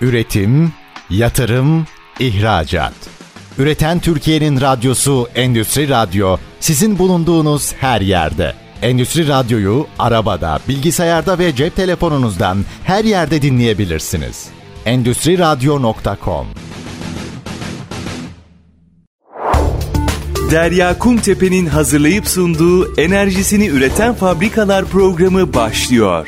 Üretim, yatırım, ihracat. Üreten Türkiye'nin radyosu Endüstri Radyo, sizin bulunduğunuz her yerde. Endüstri Radyo'yu arabada, bilgisayarda ve cep telefonunuzdan her yerde dinleyebilirsiniz. Endüstriradyo.com. Derya Kumtepe'nin hazırlayıp sunduğu Enerjisini Üreten Fabrikalar programı başlıyor.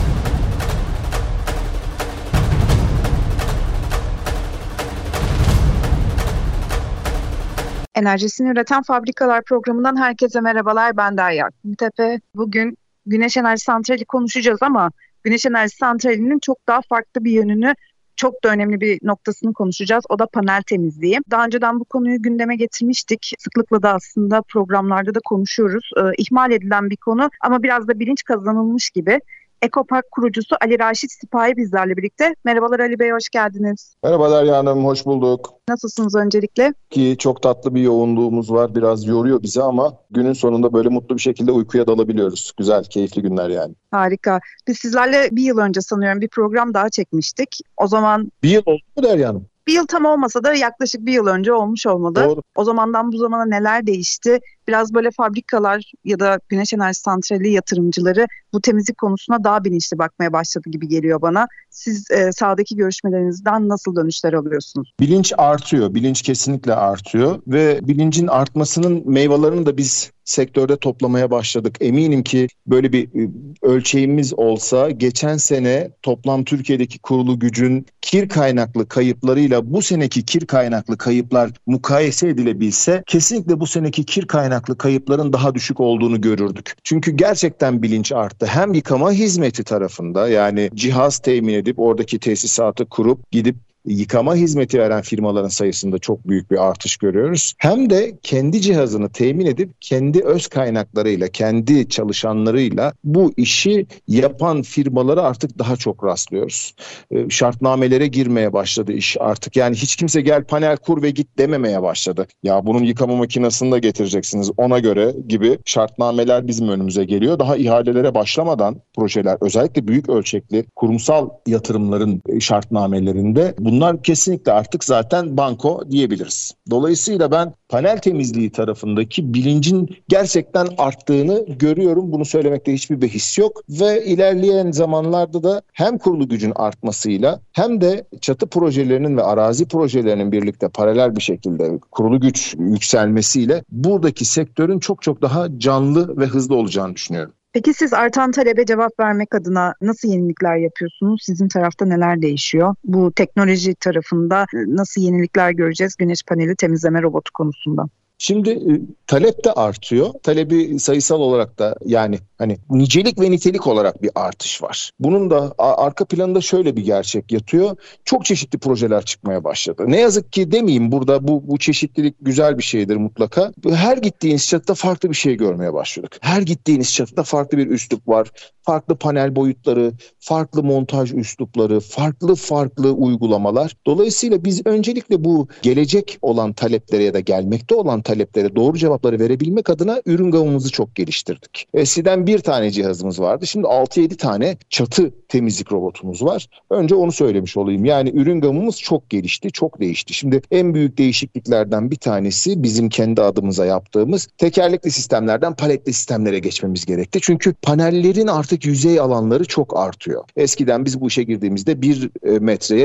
Enerjisini Üreten Fabrikalar programından herkese merhabalar. Ben Derya Kumtepe. Bugün Güneş Enerji Santrali konuşacağız ama Güneş Enerji Santrali'nin çok daha farklı bir yönünü, çok da önemli bir noktasını konuşacağız. O da panel temizliği. Daha önceden bu konuyu gündeme getirmiştik. Sıklıkla da aslında programlarda da konuşuyoruz. İhmal edilen bir konu ama biraz da bilinç kazanılmış gibi. Ekopark kurucusu Ali Raşit Sipahi bizlerle birlikte. Merhabalar Ali Bey, hoş geldiniz. Merhaba Derya Hanım, hoş bulduk. Nasılsınız öncelikle? Ki çok tatlı bir yoğunluğumuz var. Biraz yoruyor bizi ama günün sonunda böyle mutlu bir şekilde uykuya dalabiliyoruz. Güzel, keyifli günler yani. Harika. Biz sizlerle bir yıl önce sanıyorum bir program daha çekmiştik. O zaman... Bir yıl oldu mu Derya Hanım? Bir yıl tam olmasa da yaklaşık bir yıl önce olmuş olmalı. Doğru. O zamandan bu zamana neler değişti? Biraz böyle fabrikalar ya da güneş enerji santrali yatırımcıları bu temizlik konusuna daha bilinçli bakmaya başladı gibi geliyor bana. Siz sahadaki görüşmelerinizden nasıl dönüşler alıyorsunuz? Bilinç artıyor, bilinç kesinlikle artıyor ve bilincin artmasının meyvelerini de biz sektörde toplamaya başladık. Eminim ki böyle bir ölçeğimiz olsa geçen sene toplam Türkiye'deki kurulu gücün kir kaynaklı kayıplarıyla bu seneki kir kaynaklı kayıplar mukayese edilebilse kesinlikle bu seneki kir kaynaklı kayıpların daha düşük olduğunu görürdük. Çünkü gerçekten bilinç arttı. Hem yıkama hizmeti tarafında, yani cihaz temin edip oradaki tesisatı kurup gidip yıkama hizmeti veren firmaların sayısında çok büyük bir artış görüyoruz. Hem de kendi cihazını temin edip kendi öz kaynaklarıyla, kendi çalışanlarıyla bu işi yapan firmalara artık daha çok rastlıyoruz. Şartnamelere girmeye başladı iş artık. Yani hiç kimse gel panel kur ve git dememeye başladı. Ya bunun yıkama makinesini de getireceksiniz ona göre gibi şartnameler bizim önümüze geliyor. Daha ihalelere başlamadan projeler, özellikle büyük ölçekli kurumsal yatırımların şartnamelerinde bunlar kesinlikle artık zaten banko diyebiliriz. Dolayısıyla ben panel temizliği tarafındaki bilincin gerçekten arttığını görüyorum. Bunu söylemekte hiçbir behis yok. Ve ilerleyen zamanlarda da hem kurulu gücün artmasıyla hem de çatı projelerinin ve arazi projelerinin birlikte paralel bir şekilde kurulu güç yükselmesiyle buradaki sektörün çok çok daha canlı ve hızlı olacağını düşünüyorum. Peki siz artan talebe cevap vermek adına nasıl yenilikler yapıyorsunuz? Sizin tarafta neler değişiyor? Bu teknoloji tarafında nasıl yenilikler göreceğiz güneş paneli temizleme robotu konusunda? Şimdi talep de artıyor. Talebi sayısal olarak da yani nicelik ve nitelik olarak bir artış var. Bunun da arka planında şöyle bir gerçek yatıyor. Çok çeşitli projeler çıkmaya başladı. Ne yazık ki demeyeyim, burada bu çeşitlilik güzel bir şeydir mutlaka. Her gittiğiniz çatıda farklı bir şey görmeye başladık. Her gittiğiniz çatıda farklı bir üslup var. Farklı panel boyutları, farklı montaj üslupları, farklı uygulamalar. Dolayısıyla biz öncelikle bu gelecek olan taleplere ya da gelmekte olan taleplere doğru cevapları verebilmek adına ürün gamımızı çok geliştirdik. Eskiden bir tane cihazımız vardı. Şimdi 6-7 tane çatı temizlik robotumuz var. Önce onu söylemiş olayım. Yani ürün gamımız çok gelişti, çok değişti. Şimdi en büyük değişikliklerden bir tanesi bizim kendi adımıza yaptığımız tekerlekli sistemlerden paletli sistemlere geçmemiz gerekti. Çünkü panellerin artık yüzey alanları çok artıyor. Eskiden biz bu işe girdiğimizde 1 metreye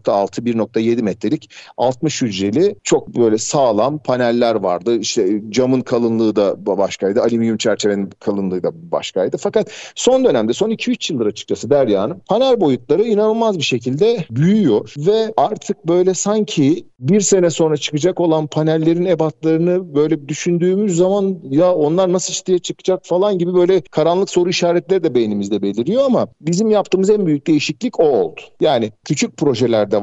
1.6-1.7 metrelik 60 hücreli çok böyle sağlam paneller vardı. İşte camın kalınlığı da başkaydı. Alüminyum çerçevenin kalınlığı da başkaydı. Fakat son dönemde, son 2-3 yıldır açıkçası Derya Hanım, panel boyutları inanılmaz bir şekilde büyüyor ve artık böyle sanki bir sene sonra çıkacak olan panellerin ebatlarını böyle düşündüğümüz zaman ya onlar nasıl işte çıkacak falan gibi böyle karanlık soru işaretleri de beynimizde beliriyor ama bizim yaptığımız en büyük değişiklik o oldu. Yani küçük projelerde var.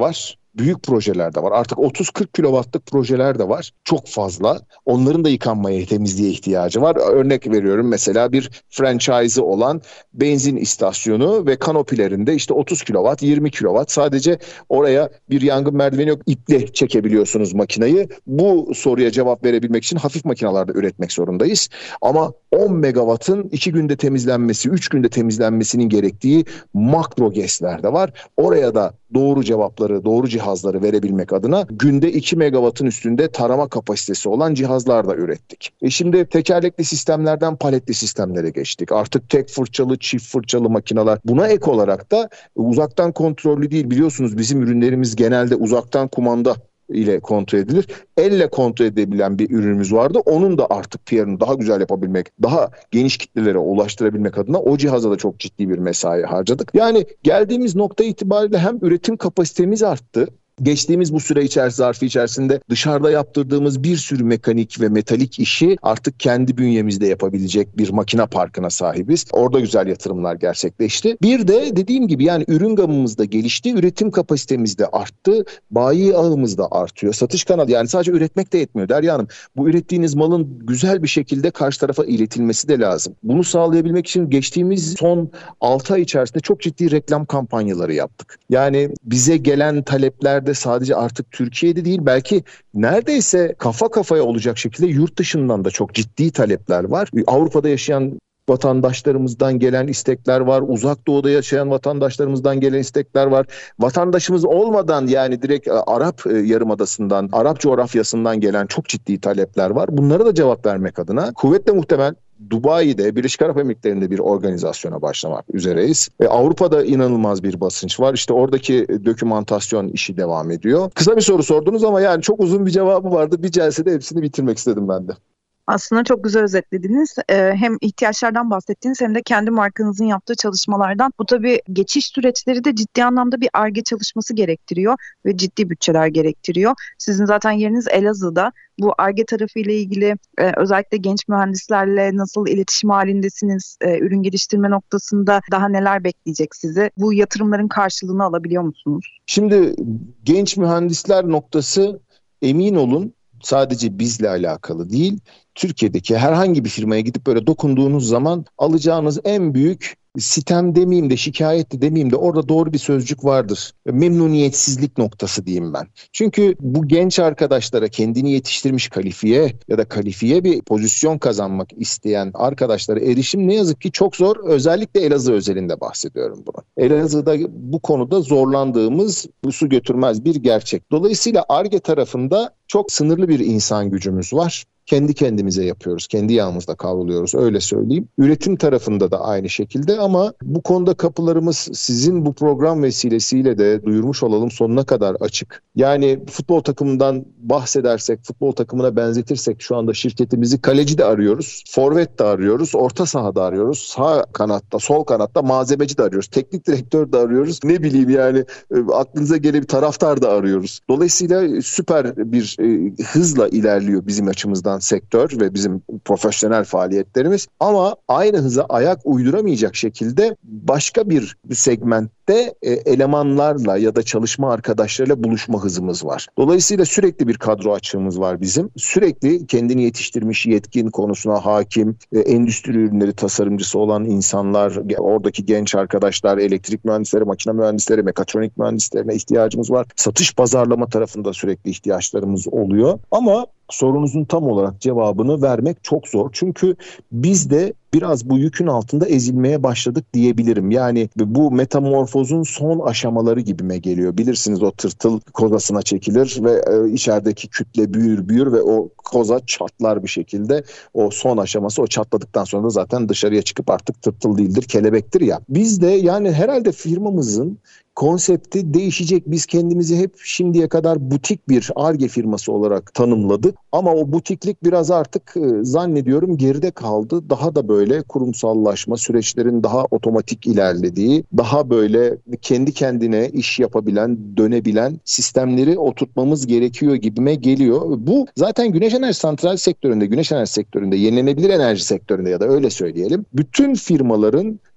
büyük projeler de var. Artık 30-40 kilowattlık projeler de var. Çok fazla. Onların da yıkanmaya, temizliğe ihtiyacı var. Örnek veriyorum, mesela bir franchise'ı olan benzin istasyonu ve kanopilerinde işte 30 kilowatt, 20 kilowatt, sadece oraya bir yangın merdiveni yok, iple çekebiliyorsunuz makinayı. Bu soruya cevap verebilmek için hafif makinalarda üretmek zorundayız. Ama 10 megawattın 2 günde temizlenmesi, 3 günde temizlenmesinin gerektiği makro GES'ler de var. Oraya da doğru cevapları, doğru cihazları verebilmek adına günde 2 megawattın üstünde tarama kapasitesi olan cihazlar da ürettik. Şimdi tekerlekli sistemlerden paletli sistemlere geçtik. Artık tek fırçalı, çift fırçalı makineler. Buna ek olarak da uzaktan kontrollü değil, biliyorsunuz bizim ürünlerimiz genelde uzaktan kumanda ile kontrol edilir. Elle kontrol edebilen bir ürünümüz vardı. Onun da artık PR'ını daha güzel yapabilmek, daha geniş kitlelere ulaştırabilmek adına o cihaza da çok ciddi bir mesai harcadık. Yani geldiğimiz nokta itibariyle hem üretim kapasitemiz arttı. Geçtiğimiz bu süre zarfı içerisinde dışarıda yaptırdığımız bir sürü mekanik ve metalik işi artık kendi bünyemizde yapabilecek bir makine parkına sahibiz. Orada güzel yatırımlar gerçekleşti. Bir de dediğim gibi yani ürün gamımız da gelişti, üretim kapasitemiz de arttı, bayi ağımız da artıyor. Satış kanalı, yani sadece üretmek de yetmiyor Derya Hanım. Bu ürettiğiniz malın güzel bir şekilde karşı tarafa iletilmesi de lazım. Bunu sağlayabilmek için geçtiğimiz son 6 ay içerisinde çok ciddi reklam kampanyaları yaptık. Yani bize gelen taleplerde sadece artık Türkiye'de değil, belki neredeyse kafa kafaya olacak şekilde yurt dışından da çok ciddi talepler var. Avrupa'da yaşayan vatandaşlarımızdan gelen istekler var. Uzak Doğu'da yaşayan vatandaşlarımızdan gelen istekler var. Vatandaşımız olmadan, yani direkt Arap Yarımadası'ndan, Arap coğrafyasından gelen çok ciddi talepler var. Bunlara da cevap vermek adına kuvvetle muhtemel Dubai'de, Birleşik Arap Emirlikleri'nde bir organizasyona başlamak üzereyiz. Avrupa'da inanılmaz bir basınç var. İşte oradaki dokümantasyon işi devam ediyor. Kısa bir soru sordunuz ama yani çok uzun bir cevabı vardı. Bir celsede hepsini bitirmek istedim ben de. Aslında çok güzel özetlediniz. Hem ihtiyaçlardan bahsettiniz hem de kendi markanızın yaptığı çalışmalardan. Bu tabii geçiş süreçleri de ciddi anlamda bir Ar-Ge çalışması gerektiriyor ve ciddi bütçeler gerektiriyor. Sizin zaten yeriniz Elazığ'da. Bu Ar-Ge tarafıyla ilgili özellikle genç mühendislerle nasıl iletişim halindesiniz? Ürün geliştirme noktasında daha neler bekleyecek sizi? Bu yatırımların karşılığını alabiliyor musunuz? Şimdi genç mühendisler noktası, emin olun, sadece bizle alakalı değil, Türkiye'deki herhangi bir firmaya gidip böyle dokunduğunuz zaman alacağınız en büyük sitem demeyeyim de, şikayet de demeyeyim de, orada doğru bir sözcük vardır. Memnuniyetsizlik noktası diyeyim ben. Çünkü bu genç arkadaşlara, kendini yetiştirmiş, kalifiye ya da kalifiye bir pozisyon kazanmak isteyen arkadaşlara erişim ne yazık ki çok zor. Özellikle Elazığ özelinde bahsediyorum bunu. Elazığ'da bu konuda zorlandığımız su götürmez bir gerçek. Dolayısıyla Ar-Ge tarafında çok sınırlı bir insan gücümüz var. Kendi kendimize yapıyoruz. Kendi yağımızda kavruluyoruz, öyle söyleyeyim. Üretim tarafında da aynı şekilde, ama bu konuda kapılarımız sizin bu program vesilesiyle de duyurmuş olalım, sonuna kadar açık. Yani futbol takımından bahsedersek, futbol takımına benzetirsek şu anda şirketimizi kaleci de arıyoruz, forvet de arıyoruz, orta sahada arıyoruz, sağ kanatta, sol kanatta malzemeci de arıyoruz, teknik direktör de arıyoruz. Ne bileyim yani aklınıza gelen bir taraftar da arıyoruz. Dolayısıyla süper bir hızla ilerliyor bizim açımızdan sektör ve bizim profesyonel faaliyetlerimiz, ama aynı hıza ayak uyduramayacak şekilde başka bir segmentte elemanlarla ya da çalışma arkadaşlarıyla buluşma hızımız var. Dolayısıyla sürekli bir kadro açığımız var bizim. Sürekli kendini yetiştirmiş, yetkin, konusuna hakim, endüstri ürünleri tasarımcısı olan insanlar, oradaki genç arkadaşlar, elektrik mühendisleri, makine mühendisleri, mekatronik mühendislerine ihtiyacımız var. Satış, pazarlama tarafında sürekli ihtiyaçlarımız oluyor. Ama sorunuzun tam olarak cevabını vermek çok zor. Çünkü biz de biraz bu yükün altında ezilmeye başladık diyebilirim. Yani bu metamorfozun son aşamaları gibime geliyor. Bilirsiniz, o tırtıl kozasına çekilir ve içerideki kütle büyür ve o koza çatlar bir şekilde. O son aşaması, o çatladıktan sonra da zaten dışarıya çıkıp artık tırtıl değildir, kelebektir ya. Biz de yani herhalde firmamızın konsepti değişecek. Biz kendimizi hep şimdiye kadar butik bir Ar-Ge firması olarak tanımladık. Ama o butiklik biraz artık zannediyorum geride kaldı. Daha da böyle kurumsallaşma, süreçlerin daha otomatik ilerlediği, daha böyle kendi kendine iş yapabilen, dönebilen sistemleri oturtmamız gerekiyor gibime geliyor. Bu zaten güneş enerji santral sektöründe, güneş enerji sektöründe, yenilenebilir enerji sektöründe ya da öyle söyleyelim, bütün firmaların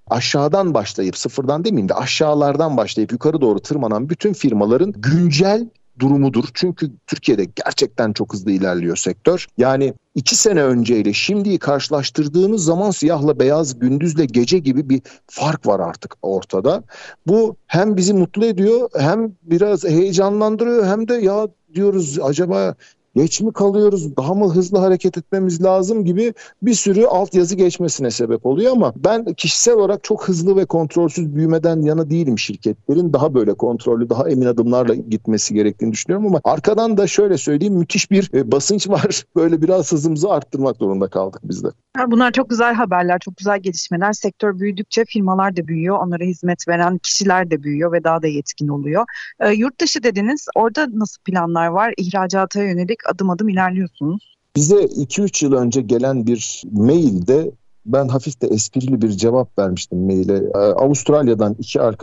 aşağıdan başlayıp, sıfırdan demeyeyim de aşağılardan başlayıp yukarı doğru tırmanan bütün firmaların güncel durumudur. Çünkü Türkiye'de gerçekten çok hızlı ilerliyor sektör. Yani 2 sene önceyle şimdiyi karşılaştırdığınız zaman siyahla beyaz, gündüzle gece gibi bir fark var artık ortada. Bu hem bizi mutlu ediyor, hem biraz heyecanlandırıyor, hem de ya diyoruz acaba geç mi kalıyoruz, daha mı hızlı hareket etmemiz lazım gibi bir sürü altyazı geçmesine sebep oluyor. Ama ben kişisel olarak çok hızlı ve kontrolsüz büyümeden yana değilim şirketlerin. Daha böyle kontrollü, daha emin adımlarla gitmesi gerektiğini düşünüyorum ama arkadan da şöyle söyleyeyim, müthiş bir basınç var. Böyle biraz hızımızı arttırmak zorunda kaldık biz de. Bunlar çok güzel haberler, çok güzel gelişmeler. Sektör büyüdükçe firmalar da büyüyor, onlara hizmet veren kişiler de büyüyor ve daha da yetkin oluyor. Yurt dışı dediniz, orada nasıl planlar var? İhracata yönelik adım adım ilerliyorsunuz. Bize 2-3 yıl önce gelen bir mailde ben hafif de esprili bir cevap vermiştim maile. Avustralya'dan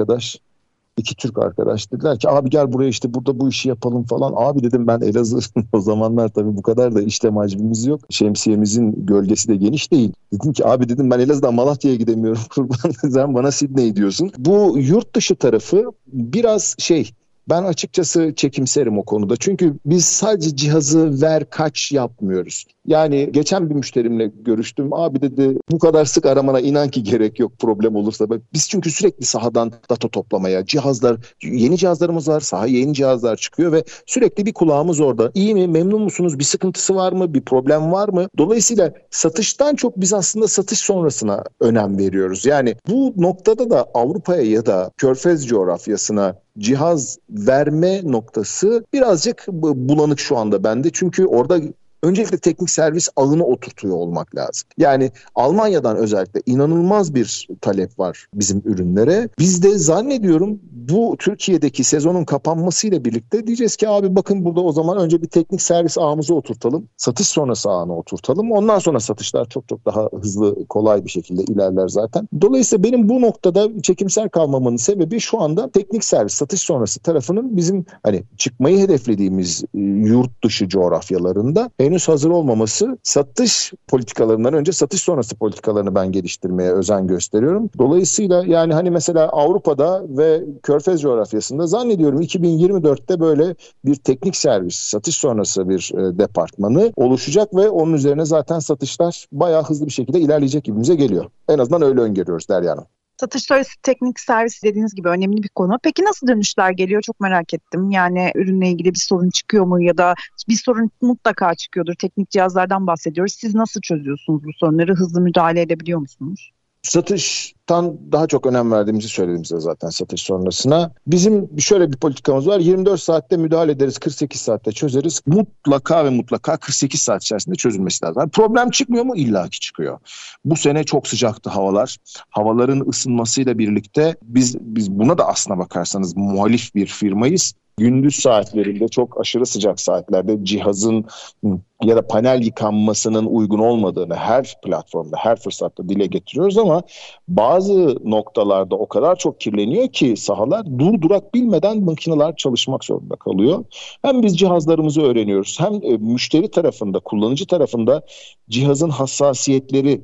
2 Türk arkadaş dediler ki abi gel buraya, işte burada bu işi yapalım falan. Abi dedim ben Elazığ o zamanlar tabii bu kadar da işlem hacmimiz yok. Şemsiyemizin gölgesi de geniş değil. Dedim ki abi dedim ben Elazığ'dan Malatya'ya gidemiyorum. Sen bana Sydney diyorsun. Bu yurt dışı tarafı biraz ben açıkçası çekimserim o konuda. Çünkü biz sadece cihazı ver kaç yapmıyoruz. Yani geçen bir müşterimle görüştüm. Abi dedi bu kadar sık aramana inan ki gerek yok problem olursa. Biz çünkü sürekli sahadan data toplamaya, yeni cihazlarımız var, sahaya yeni cihazlar çıkıyor ve sürekli bir kulağımız orada. İyi mi, memnun musunuz, bir sıkıntısı var mı, bir problem var mı? Dolayısıyla satıştan çok biz aslında satış sonrasına önem veriyoruz. Yani bu noktada da Avrupa'ya ya da Körfez coğrafyasına cihaz verme noktası birazcık bulanık şu anda bende. Çünkü orada öncelikle teknik servis ağını oturtuyor olmak lazım. Yani Almanya'dan özellikle inanılmaz bir talep var bizim ürünlere. Biz de zannediyorum bu Türkiye'deki sezonun kapanmasıyla birlikte diyeceğiz ki abi bakın burada o zaman önce bir teknik servis ağımızı oturtalım. Satış sonrası ağını oturtalım. Ondan sonra satışlar çok çok daha hızlı, kolay bir şekilde ilerler zaten. Dolayısıyla benim bu noktada çekimser kalmamın sebebi şu anda teknik servis, satış sonrası tarafının bizim çıkmayı hedeflediğimiz yurt dışı coğrafyalarında henüz hazır olmaması. Satış politikalarından önce satış sonrası politikalarını ben geliştirmeye özen gösteriyorum. Dolayısıyla yani mesela Avrupa'da ve Körfez coğrafyasında zannediyorum 2024'te böyle bir teknik servis, satış sonrası bir departmanı oluşacak ve onun üzerine zaten satışlar bayağı hızlı bir şekilde ilerleyecek gibimize geliyor. En azından öyle öngörüyoruz Derya Hanım. Satış sonrası teknik servis dediğiniz gibi önemli bir konu. Peki nasıl dönüşler geliyor? Çok merak ettim. Yani ürünle ilgili bir sorun çıkıyor mu ya da bir sorun mutlaka çıkıyordur. Teknik cihazlardan bahsediyoruz. Siz nasıl çözüyorsunuz bu sorunları? Hızlı müdahale edebiliyor musunuz? Satıştan daha çok önem verdiğimizi söyledim size zaten satış sonrasına. Bizim şöyle bir politikamız var. 24 saatte müdahale ederiz, 48 saatte çözeriz. Mutlaka ve mutlaka 48 saat içerisinde çözülmesi lazım. Yani problem çıkmıyor mu? İlla ki çıkıyor. Bu sene çok sıcaktı havalar. Havaların ısınmasıyla birlikte biz buna da aslına bakarsanız muhalif bir firmayız. Gündüz saatlerinde çok aşırı sıcak saatlerde cihazın ya da panel yıkanmasının uygun olmadığını her platformda, her fırsatta dile getiriyoruz ama bazı noktalarda o kadar çok kirleniyor ki sahalar durdurak bilmeden makineler çalışmak zorunda kalıyor. Hem biz cihazlarımızı öğreniyoruz hem müşteri tarafında, kullanıcı tarafında cihazın hassasiyetleri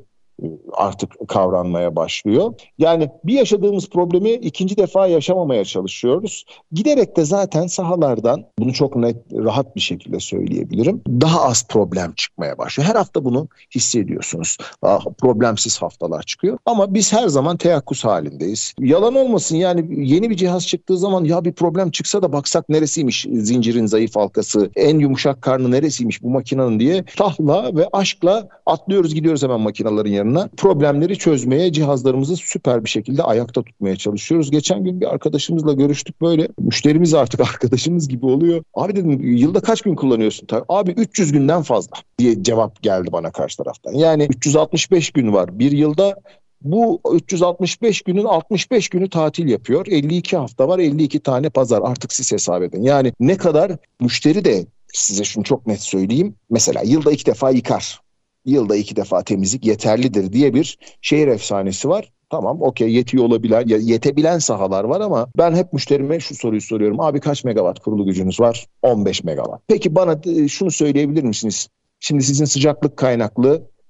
artık kavranmaya başlıyor. Yani bir yaşadığımız problemi ikinci defa yaşamamaya çalışıyoruz. Giderek de zaten sahalardan bunu çok net, rahat bir şekilde söyleyebilirim. Daha az problem çıkmaya başlıyor. Her hafta bunu hissediyorsunuz. Problemsiz haftalar çıkıyor. Ama biz her zaman teyakkuz halindeyiz. Yalan olmasın yani yeni bir cihaz çıktığı zaman ya bir problem çıksa da baksak neresiymiş zincirin zayıf halkası, en yumuşak karnı neresiymiş bu makinenin diye tahla ve aşkla atlıyoruz gidiyoruz hemen makinelerin yanına. Problemleri çözmeye, cihazlarımızı süper bir şekilde ayakta tutmaya çalışıyoruz. Geçen gün bir arkadaşımızla görüştük böyle. Müşterimiz artık arkadaşımız gibi oluyor. Abi dedim yılda kaç gün kullanıyorsun? Abi 300 günden fazla diye cevap geldi bana karşı taraftan. Yani 365 gün var bir yılda. Bu 365 günün 65 günü tatil yapıyor. 52 hafta var, 52 tane pazar. Artık siz hesap edin. Yani ne kadar müşteri de size şunu çok net söyleyeyim. Mesela yılda 2 defa yıkar. Yılda 2 defa temizlik yeterlidir diye bir şehir efsanesi var. Tamam okey yetebilen sahalar var ama ben hep müşterime şu soruyu soruyorum. Abi kaç megawatt kurulu gücünüz var? 15 megawatt. Peki bana şunu söyleyebilir misiniz? Şimdi sizin sıcaklık kaynaklı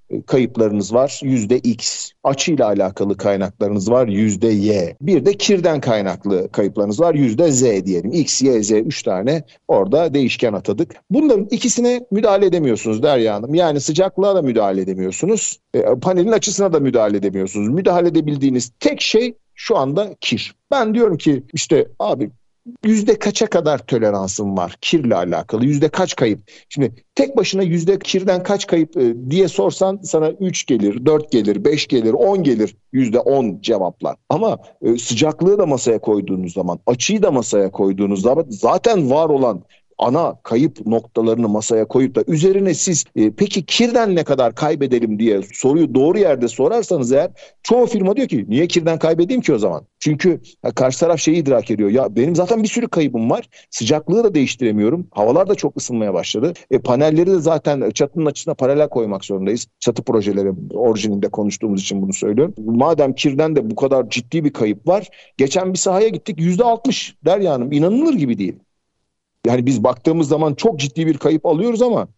kayıplarınız var %X. Açıyla alakalı kaynaklarınız var %Y. Bir de kirden kaynaklı kayıplarınız var %Z diyelim. X, Y, Z 3 tane orada değişken atadık. Bunların ikisine müdahale edemiyorsunuz Derya Hanım. Yani sıcaklığa da müdahale edemiyorsunuz. Panelin açısına da müdahale edemiyorsunuz. Müdahale edebildiğiniz tek şey şu anda kir. Ben diyorum ki işte abi yüzde kaça kadar toleransım var kirle alakalı? Yüzde kaç kayıp? Şimdi tek başına yüzde kirden kaç kayıp diye sorsan sana 3 gelir, 4 gelir, 5 gelir, 10 gelir. %10 cevaplar. Ama sıcaklığı da masaya koyduğunuz zaman, açıyı da masaya koyduğunuz zaman zaten var olan ana kayıp noktalarını masaya koyup da üzerine siz peki kirden ne kadar kaybedelim diye soruyu doğru yerde sorarsanız eğer çoğu firma diyor ki niye kirden kaybedeyim ki o zaman? Çünkü karşı taraf şeyi idrak ediyor. Ya benim zaten bir sürü kaybım var. Sıcaklığı da değiştiremiyorum. Havalar da çok ısınmaya başladı. Panelleri de zaten çatının açısına paralel koymak zorundayız. Çatı projeleri orijininde konuştuğumuz için bunu söylüyorum. Madem kirden de bu kadar ciddi bir kayıp var. Geçen bir sahaya gittik %60 Derya Hanım. İnanılır gibi değil. Yani biz baktığımız zaman çok ciddi bir kayıp alıyoruz ama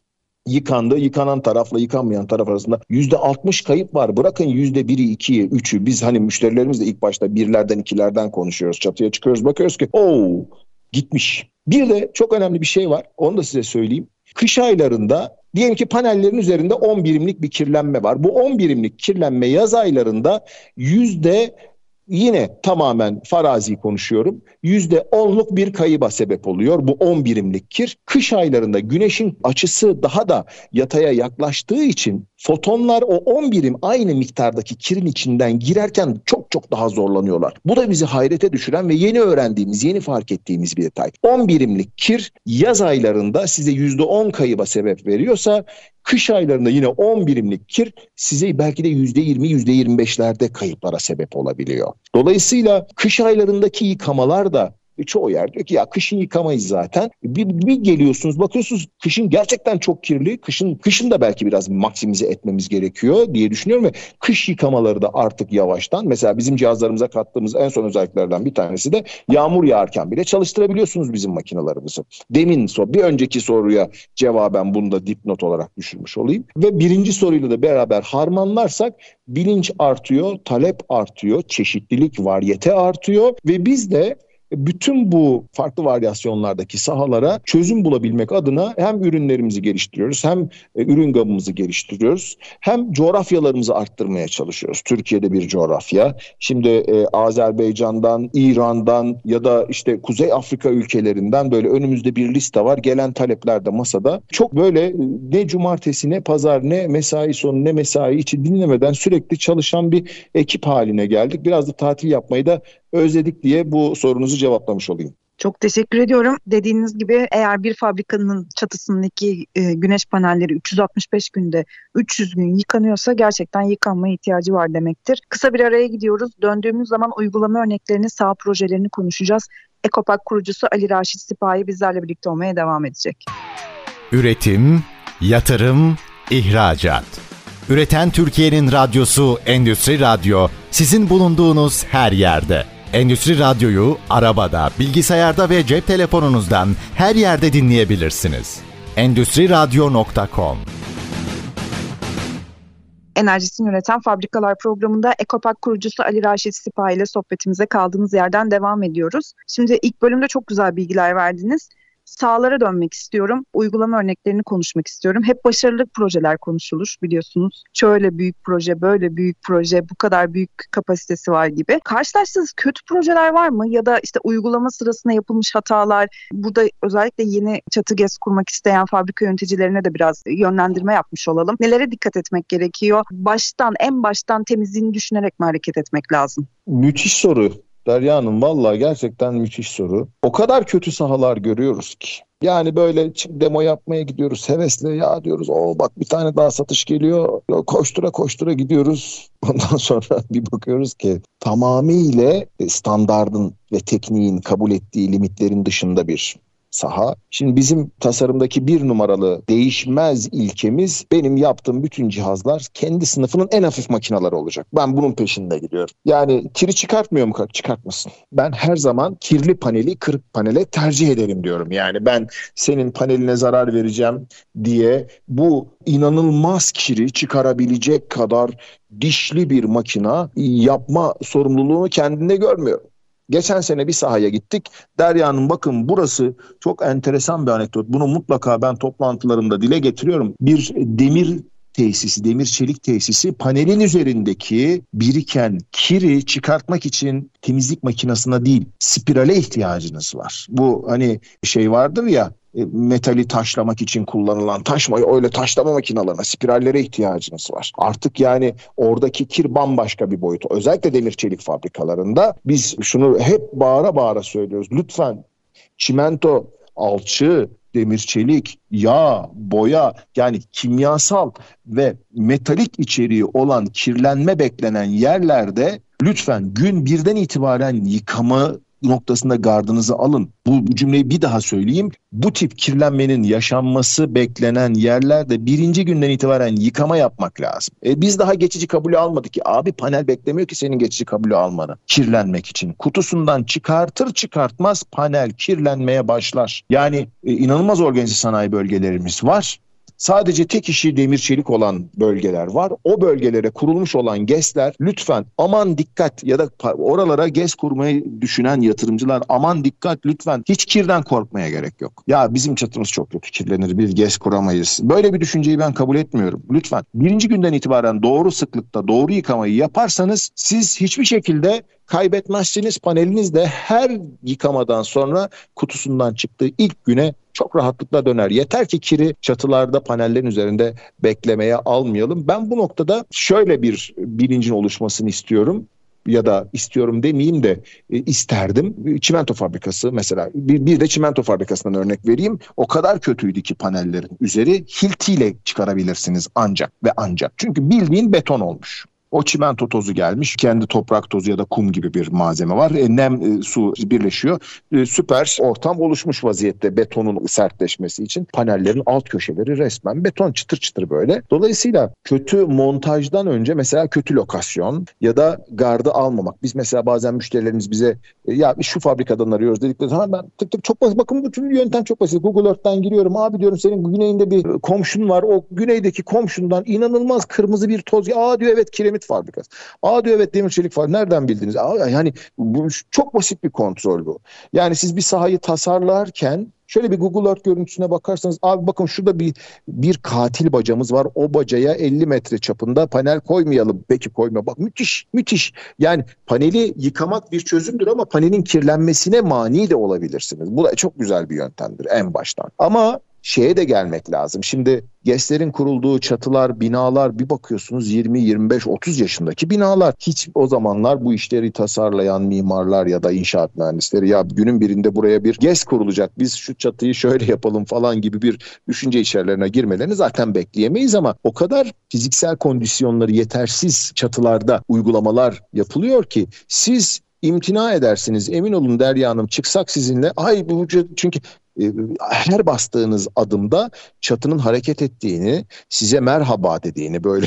yıkanan tarafla yıkanmayan taraf arasında %60 kayıp var. Bırakın %1'i, 2'yi, 3'ü. Biz hani müşterilerimizle ilk başta birlerden, ikilerden konuşuyoruz. Çatıya çıkıyoruz, bakıyoruz ki gitmiş. Bir de çok önemli bir şey var. Onu da size söyleyeyim. Kış aylarında diyelim ki panellerin üzerinde 10 birimlik bir kirlenme var. Bu 10 birimlik kirlenme yaz aylarında yine tamamen farazi konuşuyorum. %10'luk bir kayıba sebep oluyor bu 10 birimlik kir. Kış aylarında güneşin açısı daha da yataya yaklaştığı için fotonlar o 10 birim aynı miktardaki kirin içinden girerken çok çok daha zorlanıyorlar. Bu da bizi hayrete düşüren ve yeni öğrendiğimiz, yeni fark ettiğimiz bir detay. 10 birimlik kir yaz aylarında size %10 kayıba sebep veriyorsa kış aylarında yine 10 birimlik kir size belki de %20, %25'lerde kayıplara sebep olabiliyor. Dolayısıyla kış aylarındaki yıkamalar da çoğu yer diyor ki ya kışın yıkamayız zaten. Bir geliyorsunuz bakıyorsunuz kışın gerçekten çok kirli. Kışın da belki biraz maksimize etmemiz gerekiyor diye düşünüyorum ve kış yıkamaları da artık yavaştan mesela bizim cihazlarımıza kattığımız en son özelliklerden bir tanesi de yağmur yağarken bile çalıştırabiliyorsunuz bizim makinelerimizi. Bir önceki soruya cevaben bunu da dipnot olarak düşürmüş olayım. Ve birinci soruyla da beraber harmanlarsak bilinç artıyor, talep artıyor, çeşitlilik, varyete artıyor ve biz de bütün bu farklı varyasyonlardaki sahalara çözüm bulabilmek adına hem ürünlerimizi geliştiriyoruz, hem ürün gamımızı geliştiriyoruz, hem coğrafyalarımızı arttırmaya çalışıyoruz. Türkiye'de bir coğrafya, şimdi Azerbaycan'dan, İran'dan ya da işte Kuzey Afrika ülkelerinden böyle önümüzde bir liste var. Gelen talepler de masada. Çok böyle ne cumartesi, ne pazar, ne mesai sonu, ne mesai içi dinlemeden sürekli çalışan bir ekip haline geldik. Biraz da tatil yapmayı da özledik diye bu sorunuzu cevaplamış olayım. Çok teşekkür ediyorum. Dediğiniz gibi eğer bir fabrikanın çatısındaki güneş panelleri 365 günde 300 gün yıkanıyorsa gerçekten yıkanmaya ihtiyacı var demektir. Kısa bir araya gidiyoruz. Döndüğümüz zaman uygulama örneklerini, saha projelerini konuşacağız. Ekopak kurucusu Ali Raşit Sipahi bizlerle birlikte olmaya devam edecek. Üretim, yatırım, ihracat. Üreten Türkiye'nin radyosu Endüstri Radyo sizin bulunduğunuz her yerde. Endüstri Radyo'yu arabada, bilgisayarda ve cep telefonunuzdan her yerde dinleyebilirsiniz. Endüstriradyo.com. Enerjisini üreten fabrikalar programında Ekopak kurucusu Ali Raşit Sipahi ile sohbetimize kaldığımız yerden devam ediyoruz. Şimdi ilk bölümde çok güzel bilgiler verdiniz. Sahalara dönmek istiyorum. Uygulama örneklerini konuşmak istiyorum. Hep başarılı projeler konuşulur biliyorsunuz. Şöyle büyük proje, böyle büyük proje, bu kadar büyük kapasitesi var gibi. Karşılaştığınız kötü projeler var mı? Ya da işte uygulama sırasında yapılmış hatalar. Burada özellikle yeni çatı GES kurmak isteyen fabrika yöneticilerine de biraz yönlendirme yapmış olalım. Nelere dikkat etmek gerekiyor? En baştan temizliğini düşünerek mi hareket etmek lazım? Müthiş soru. Derya Hanım vallahi gerçekten müthiş soru. O kadar kötü sahalar görüyoruz ki. Yani böyle demo yapmaya gidiyoruz hevesle ya diyoruz bak bir tane daha satış geliyor koştura koştura gidiyoruz. Ondan sonra bir bakıyoruz ki tamamıyla standardın ve tekniğin kabul ettiği limitlerin dışında bir saha. Şimdi bizim tasarımdaki bir numaralı değişmez ilkemiz, benim yaptığım bütün cihazlar kendi sınıfının en hafif makineleri olacak. Ben bunun peşinde gidiyorum. Yani kiri çıkartmıyor mu? Çıkartmasın. Ben her zaman kirli paneli kırık panele tercih ederim diyorum. Yani ben senin paneline zarar vereceğim diye bu inanılmaz kiri çıkarabilecek kadar dişli bir makina yapma sorumluluğunu kendinde görmüyorum. Geçen sene bir sahaya gittik. Derya'nın bakın burası çok enteresan bir anekdot. Bunu mutlaka ben toplantılarımda dile getiriyorum. Bir demir çelik tesisi, panelin üzerindeki biriken kiri çıkartmak için temizlik makinesine değil, spirale ihtiyacınız var. Bu hani şey vardır ya, metali taşlamak için kullanılan öyle taşlama makinelerine, spirallere ihtiyacınız var. Artık yani oradaki kir bambaşka bir boyut. Özellikle demir çelik fabrikalarında biz şunu hep bağıra bağıra söylüyoruz. Lütfen çimento, alçı, demir çelik, yağ, boya, yani kimyasal ve metalik içeriği olan kirlenme beklenen yerlerde lütfen gün birden itibaren yıkama noktasında gardınızı alın. Bu cümleyi bir daha söyleyeyim. Bu tip kirlenmenin yaşanması beklenen yerlerde birinci günden itibaren yıkama yapmak lazım. Biz daha geçici kabulü almadık ki. Abi panel beklemiyor ki senin geçici kabulü almanı kirlenmek için. Kutusundan çıkartır çıkartmaz panel kirlenmeye başlar. Yani inanılmaz organize sanayi bölgelerimiz var. Sadece tek işi demir çelik olan bölgeler var. O bölgelere kurulmuş olan GES'ler lütfen aman dikkat, ya da oralara GES kurmayı düşünen yatırımcılar aman dikkat lütfen, hiç kirden korkmaya gerek yok. Ya bizim çatımız çok kötü kirlenir, biz GES kuramayız. Böyle bir düşünceyi ben kabul etmiyorum. Lütfen birinci günden itibaren doğru sıklıkta doğru yıkamayı yaparsanız siz hiçbir şekilde kaybetmezsiniz. Paneliniz de her yıkamadan sonra kutusundan çıktığı ilk güne çok rahatlıkla döner. Yeter ki kiri çatılarda, panellerin üzerinde beklemeye almayalım. Ben bu noktada şöyle bir bilincin oluşmasını istiyorum. Ya da istiyorum demeyeyim de isterdim. Çimento fabrikası mesela, bir de çimento fabrikasından örnek vereyim. O kadar kötüydü ki panellerin üzeri, hiltiyle çıkarabilirsiniz ancak ve ancak. Çünkü bildiğin beton olmuş. O çimento tozu gelmiş. Kendi toprak tozu ya da kum gibi bir malzeme var. Nem, su birleşiyor. Süper ortam oluşmuş vaziyette betonun sertleşmesi için. Panellerin alt köşeleri resmen beton, çıtır çıtır böyle. Dolayısıyla kötü montajdan önce mesela kötü lokasyon ya da gardı almamak. Biz mesela bazen müşterilerimiz bize ya şu fabrikadan arıyoruz dedikleri zaman ben tık çok basit. Bakın bütün yöntem çok basit. Google Earth'ten giriyorum. Abi diyorum senin güneyinde bir komşun var. O güneydeki komşundan inanılmaz kırmızı bir toz. Aa diyor evet kiremit fabrikası. Aa diyor evet demir çelik fabrikası. Nereden bildiniz? Yani bu çok basit bir kontrol bu. Yani siz bir sahayı tasarlarken şöyle bir Google Earth görüntüsüne bakarsanız abi bakın şurada bir katil bacamız var. O bacaya 50 metre çapında panel koymayalım. Peki koyma. Bak müthiş. Yani paneli yıkamak bir çözümdür ama panelin kirlenmesine mani de olabilirsiniz. Bu da çok güzel bir yöntemdir en baştan. Ama şeye de gelmek lazım. Şimdi GES'lerin kurulduğu çatılar, binalar bir bakıyorsunuz 20, 25, 30 yaşındaki binalar. Hiç o zamanlar bu işleri tasarlayan mimarlar ya da inşaat mühendisleri ya günün birinde buraya bir GES kurulacak, biz şu çatıyı şöyle yapalım falan gibi bir düşünce içerilerine girmelerini zaten bekleyemeyiz ama o kadar fiziksel kondisyonları yetersiz çatılarda uygulamalar yapılıyor ki siz imtina edersiniz. Emin olun Derya Hanım, çıksak sizinle çünkü her bastığınız adımda çatının hareket ettiğini, size merhaba dediğini, böyle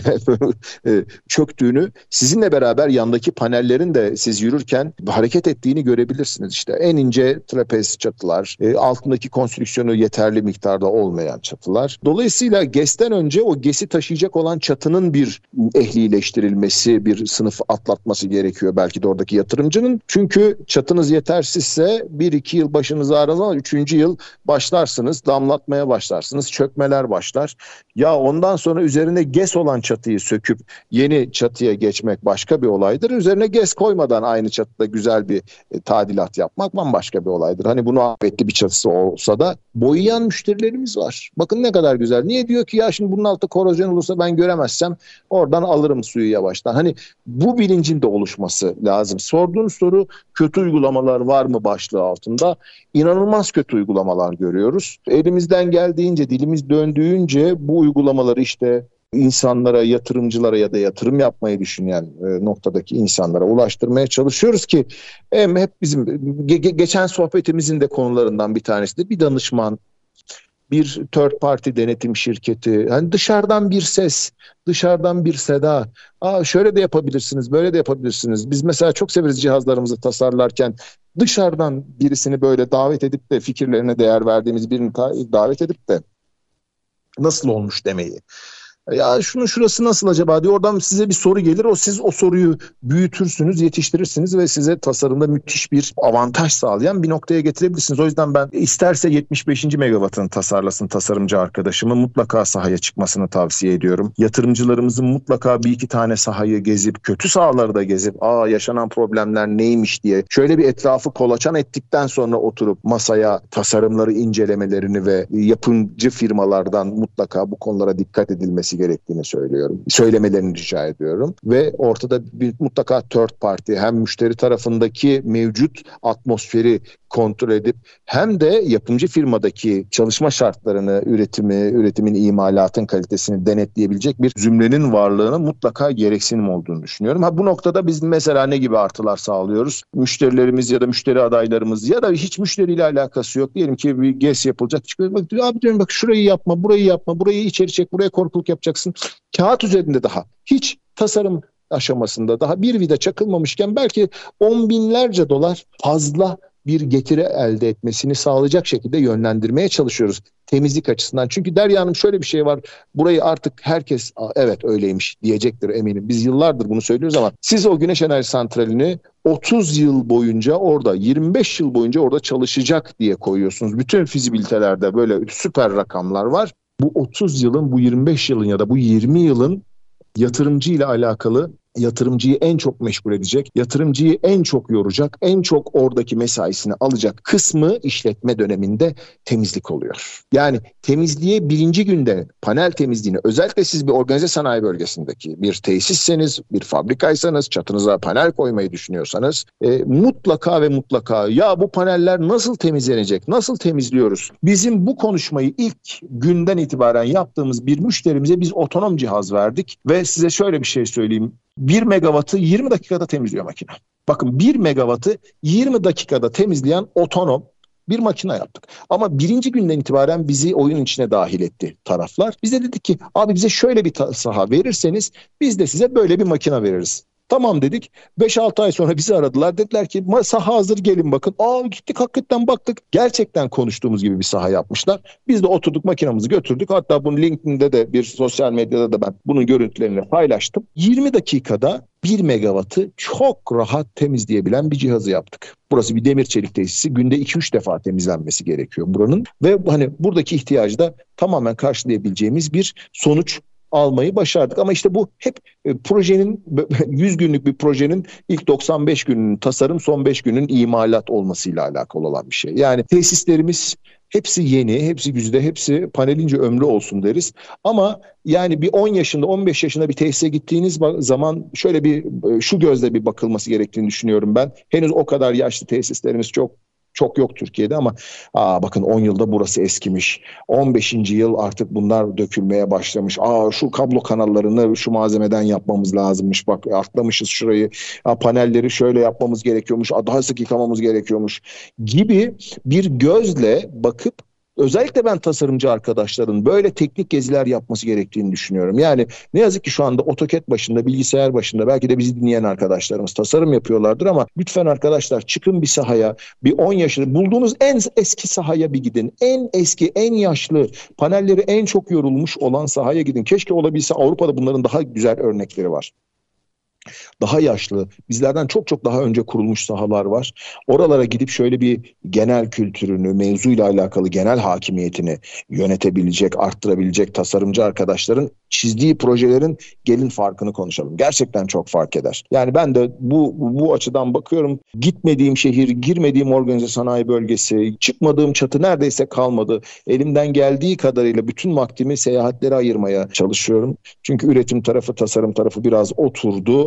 çöktüğünü, sizinle beraber yandaki panellerin de siz yürürken hareket ettiğini görebilirsiniz. İşte en ince trapez çatılar, altındaki konstrüksiyonu yeterli miktarda olmayan çatılar. Dolayısıyla GES'ten önce o GES'i taşıyacak olan çatının bir ehlileştirilmesi, bir sınıf atlatması gerekiyor belki de oradaki yatırımcının. Çünkü çatınız yetersizse 1-2 yıl başınız ağrımaz ama 3. yıl başlarsınız, damlatmaya başlarsınız, çökmeler başlar. Ya ondan sonra üzerine GES olan çatıyı söküp yeni çatıya geçmek başka bir olaydır. Üzerine GES koymadan aynı çatıda güzel bir tadilat yapmak bambaşka bir olaydır. Hani bunu afetli bir çatısı olsa da boyayan müşterilerimiz var. Bakın ne kadar güzel. Niye diyor ki ya şimdi bunun altında korozyon olursa ben göremezsem oradan alırım suyu yavaştan. Hani bu bilincin de oluşması lazım. Sorduğunuz soru kötü uygulamalar var mı başlığı altında. İnanılmaz kötü uygulamalar görüyoruz. Elimizden geldiğince, dilimiz döndüğünce bu uygulamaları işte insanlara, yatırımcılara ya da yatırım yapmayı düşünen noktadaki insanlara ulaştırmaya çalışıyoruz ki hep bizim geçen sohbetimizin de konularından bir tanesi de bir danışman, bir third party denetim şirketi, hani dışarıdan bir ses, dışarıdan bir seda. Şöyle de yapabilirsiniz, böyle de yapabilirsiniz. Biz mesela çok severiz cihazlarımızı tasarlarken dışarıdan birisini böyle davet edip de fikirlerine değer verdiğimiz birini davet edip de nasıl olmuş demeyi. Ya şunun şurası nasıl acaba diye oradan size bir soru gelir. Siz o soruyu büyütürsünüz, yetiştirirsiniz ve size tasarımda müthiş bir avantaj sağlayan bir noktaya getirebilirsiniz. O yüzden ben isterse 75. megawattını tasarlasın tasarımcı arkadaşımı, mutlaka sahaya çıkmasını tavsiye ediyorum. Yatırımcılarımızın mutlaka bir iki tane sahayı gezip, kötü sahaları da gezip yaşanan problemler neymiş diye şöyle bir etrafı kolaçan ettikten sonra oturup masaya tasarımları incelemelerini ve yapımcı firmalardan mutlaka bu konulara dikkat edilmesi gerektiğini söylemelerini rica ediyorum. Ve ortada mutlaka third party, hem müşteri tarafındaki mevcut atmosferi kontrol edip hem de yapımcı firmadaki çalışma şartlarını, üretimin, imalatın kalitesini denetleyebilecek bir zümrenin varlığına mutlaka gereksinim olduğunu düşünüyorum. Bu noktada biz mesela ne gibi artılar sağlıyoruz? Müşterilerimiz ya da müşteri adaylarımız ya da hiç müşteriyle alakası yok. Diyelim ki bir GES yapılacak. Çıkıyor, abi diyorum bak şurayı yapma, burayı yapma, burayı içeri çek, buraya korkuluk yapacaksın. Kağıt üzerinde daha hiç tasarım aşamasında daha bir vida çakılmamışken belki on binlerce dolar fazla bir getiri elde etmesini sağlayacak şekilde yönlendirmeye çalışıyoruz temizlik açısından. Çünkü Derya Hanım şöyle bir şey var, burayı artık herkes evet öyleymiş diyecektir eminim. Biz yıllardır bunu söylüyoruz ama siz o güneş enerji santralini 30 yıl boyunca orada, 25 yıl boyunca orada çalışacak diye koyuyorsunuz. Bütün fizibilitelerde böyle süper rakamlar var. Bu 30 yılın, bu 25 yılın ya da bu 20 yılın yatırımcı ile alakalı, yatırımcıyı en çok meşgul edecek, yatırımcıyı en çok yoracak, en çok oradaki mesaisini alacak kısmı işletme döneminde temizlik oluyor. Yani temizliğe birinci günde panel temizliğini, özellikle siz bir organize sanayi bölgesindeki bir tesisseniz, bir fabrikaysanız, çatınıza panel koymayı düşünüyorsanız mutlaka ve mutlaka ya bu paneller nasıl temizlenecek, nasıl temizliyoruz? Bizim bu konuşmayı ilk günden itibaren yaptığımız bir müşterimize biz otonom cihaz verdik ve size şöyle bir şey söyleyeyim. 1 megawattı 20 dakikada temizliyor makine. Bakın 1 megawattı 20 dakikada temizleyen otonom bir makine yaptık. Ama birinci günden itibaren bizi oyun içine dahil etti taraflar. Biz de dedik ki abi bize şöyle bir saha verirseniz biz de size böyle bir makine veririz. Tamam dedik. 5-6 ay sonra bizi aradılar. Dediler ki saha hazır, gelin bakın. Gittik hakikaten baktık. Gerçekten konuştuğumuz gibi bir saha yapmışlar. Biz de oturduk, makinamızı götürdük. Hatta bunu LinkedIn'de de, bir sosyal medyada da ben bunun görüntülerini paylaştım. 20 dakikada 1 megawattı çok rahat temizleyebilen bir cihazı yaptık. Burası bir demir çelik tesisi. Günde 2-3 defa temizlenmesi gerekiyor buranın. Ve hani buradaki ihtiyacı da tamamen karşılayabileceğimiz bir sonuç almayı başardık. Ama işte bu hep projenin 100 günlük bir projenin ilk 95 gününün tasarım, son 5 günün imalat olmasıyla alakalı olan bir şey. Yani tesislerimiz hepsi yeni, hepsi güzide, hepsi panelince ömrü olsun deriz. Ama yani bir 10 yaşında, 15 yaşında bir tesise gittiğiniz zaman şöyle bir şu gözle bir bakılması gerektiğini düşünüyorum ben. Henüz o kadar yaşlı tesislerimiz çok yok Türkiye'de ama bakın 10 yılda burası eskimiş. 15. yıl artık bunlar dökülmeye başlamış. Şu kablo kanallarını şu malzemeden yapmamız lazımmış. Bak atlamışız şurayı. Panelleri şöyle yapmamız gerekiyormuş. Daha sık yıkamamız gerekiyormuş gibi bir gözle bakıp özellikle ben tasarımcı arkadaşların böyle teknik geziler yapması gerektiğini düşünüyorum. Yani ne yazık ki şu anda AutoCAD başında, bilgisayar başında belki de bizi dinleyen arkadaşlarımız tasarım yapıyorlardır ama lütfen arkadaşlar çıkın bir sahaya, bir 10 yaşında bulduğunuz en eski sahaya bir gidin. En eski, en yaşlı, panelleri en çok yorulmuş olan sahaya gidin. Keşke olabilse, Avrupa'da bunların daha güzel örnekleri var. Daha yaşlı, bizlerden çok daha önce kurulmuş sahalar var. Oralara gidip şöyle bir genel kültürünü, mevzuyla alakalı genel hakimiyetini yönetebilecek, arttırabilecek tasarımcı arkadaşların çizdiği projelerin gelin farkını konuşalım. Gerçekten çok fark eder. Yani ben de bu açıdan bakıyorum. Gitmediğim şehir, girmediğim organize sanayi bölgesi, çıkmadığım çatı neredeyse kalmadı. Elimden geldiği kadarıyla bütün vaktimi seyahatlere ayırmaya çalışıyorum. Çünkü üretim tarafı, tasarım tarafı biraz oturdu.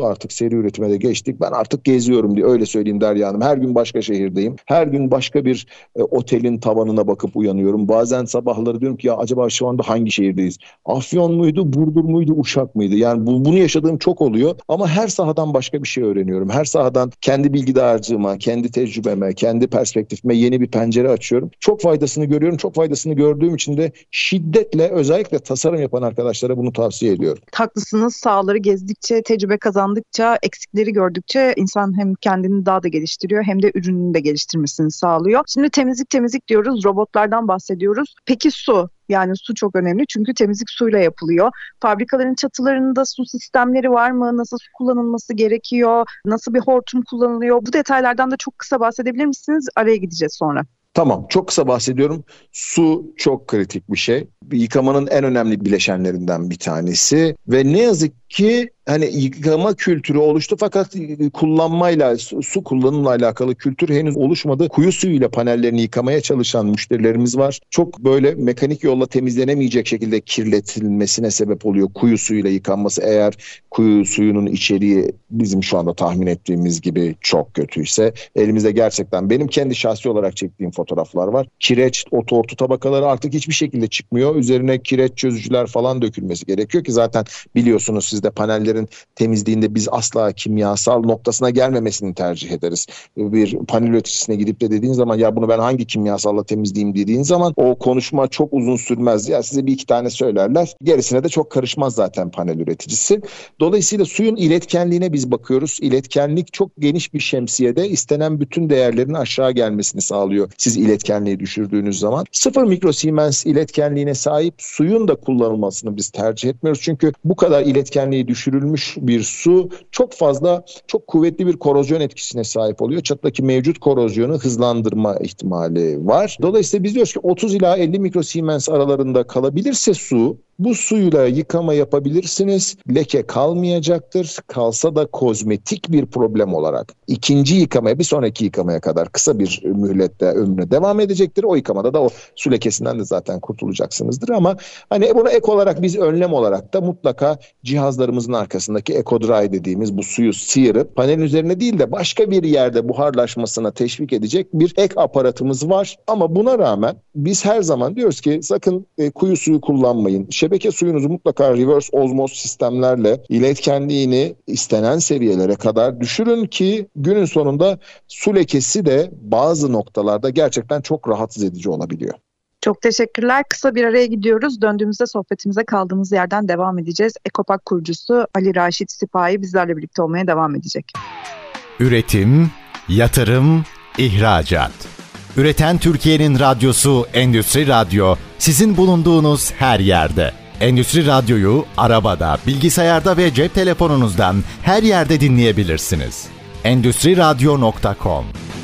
Artık seri üretime de geçtik. Ben artık geziyorum diye öyle söyleyeyim Derya Hanım. Her gün başka şehirdeyim. Her gün başka bir otelin tavanına bakıp uyanıyorum. Bazen sabahları diyorum ki ya acaba şu anda hangi şehirdeyiz? Afyon muydu, Burdur muydu, Uşak mıydı? Yani bunu yaşadığım çok oluyor. Ama her sahadan başka bir şey öğreniyorum. Her sahadan kendi bilgi dağarcığıma, kendi tecrübeme, kendi perspektifime yeni bir pencere açıyorum. Çok faydasını görüyorum. Çok faydasını gördüğüm için de şiddetle özellikle tasarım yapan arkadaşlara bunu tavsiye ediyorum. Haklısınız. Sahaları gezdikçe, tecrübe kazandıkça, eksikleri gördükçe insan hem kendini daha da geliştiriyor hem de ürününü de geliştirmesini sağlıyor. Şimdi temizlik diyoruz, robotlardan bahsediyoruz. Peki su? Yani su çok önemli çünkü temizlik suyla yapılıyor. Fabrikaların çatılarında su sistemleri var mı? Nasıl su kullanılması gerekiyor? Nasıl bir hortum kullanılıyor? Bu detaylardan da çok kısa bahsedebilir misiniz? Araya gideceğiz sonra. Tamam, çok kısa bahsediyorum. Su çok kritik bir şey. Yıkamanın en önemli bileşenlerinden bir tanesi ve ne yazık ki hani yıkama kültürü oluştu fakat kullanmayla, su kullanımla alakalı kültür henüz oluşmadı. Kuyu suyuyla panellerini yıkamaya çalışan müşterilerimiz var. Çok böyle mekanik yolla temizlenemeyecek şekilde kirletilmesine sebep oluyor kuyu suyuyla yıkanması. Eğer kuyu suyunun içeriği bizim şu anda tahmin ettiğimiz gibi çok kötüyse elimizde gerçekten benim kendi şahsi olarak çektiğim fotoğraflar var. Kireç, o tortu tabakaları artık hiçbir şekilde çıkmıyor. Üzerine kireç çözücüler falan dökülmesi gerekiyor ki zaten biliyorsunuz siz de panellerin temizliğinde biz asla kimyasal noktasına gelmemesini tercih ederiz. Bir panel üreticisine gidip de dediğin zaman ya bunu ben hangi kimyasalla temizleyeyim dediğin zaman o konuşma çok uzun sürmez. Ya size bir iki tane söylerler. Gerisine de çok karışmaz zaten panel üreticisi. Dolayısıyla suyun iletkenliğine biz bakıyoruz. İletkenlik çok geniş bir şemsiyede istenen bütün değerlerin aşağı gelmesini sağlıyor. Siz iletkenliği düşürdüğünüz zaman 0 mikrosiemens iletkenliğine sahip suyun da kullanılmasını biz tercih etmiyoruz. Çünkü bu kadar iletkenliği düşürülmüş bir su çok fazla, çok kuvvetli bir korozyon etkisine sahip oluyor. Çatıdaki mevcut korozyonu hızlandırma ihtimali var. Dolayısıyla biz diyoruz ki 30 ila 50 mikrosiemens aralarında kalabilirse su, bu suyla yıkama yapabilirsiniz. Leke kalmayacaktır. Kalsa da kozmetik bir problem olarak ikinci yıkamaya, bir sonraki yıkamaya kadar kısa bir mühlette ömrüne devam edecektir. O yıkamada da o su lekesinden de zaten kurtulacaksınızdır ama hani buna ek olarak biz önlem olarak da mutlaka cihazlarımızın arkasındaki EcoDry dediğimiz bu suyu sıyırıp panelin üzerine değil de başka bir yerde buharlaşmasına teşvik edecek bir ek aparatımız var. Ama buna rağmen biz her zaman diyoruz ki sakın kuyu suyu kullanmayın. Şebeke suyunuzu mutlaka reverse osmoz sistemlerle iletkenliğini istenen seviyelere kadar düşürün ki günün sonunda su lekesi de bazı noktalarda gerçekten çok rahatsız edici olabiliyor. Çok teşekkürler. Kısa bir araya gidiyoruz. Döndüğümüzde sohbetimize kaldığımız yerden devam edeceğiz. Ekopak kurucusu Ali Raşit Sipahi bizlerle birlikte olmaya devam edecek. Üretim, yatırım, ihracat. Üreten Türkiye'nin radyosu Endüstri Radyo, sizin bulunduğunuz her yerde. Endüstri Radyo'yu arabada, bilgisayarda ve cep telefonunuzdan her yerde dinleyebilirsiniz. Endüstriradyo.com.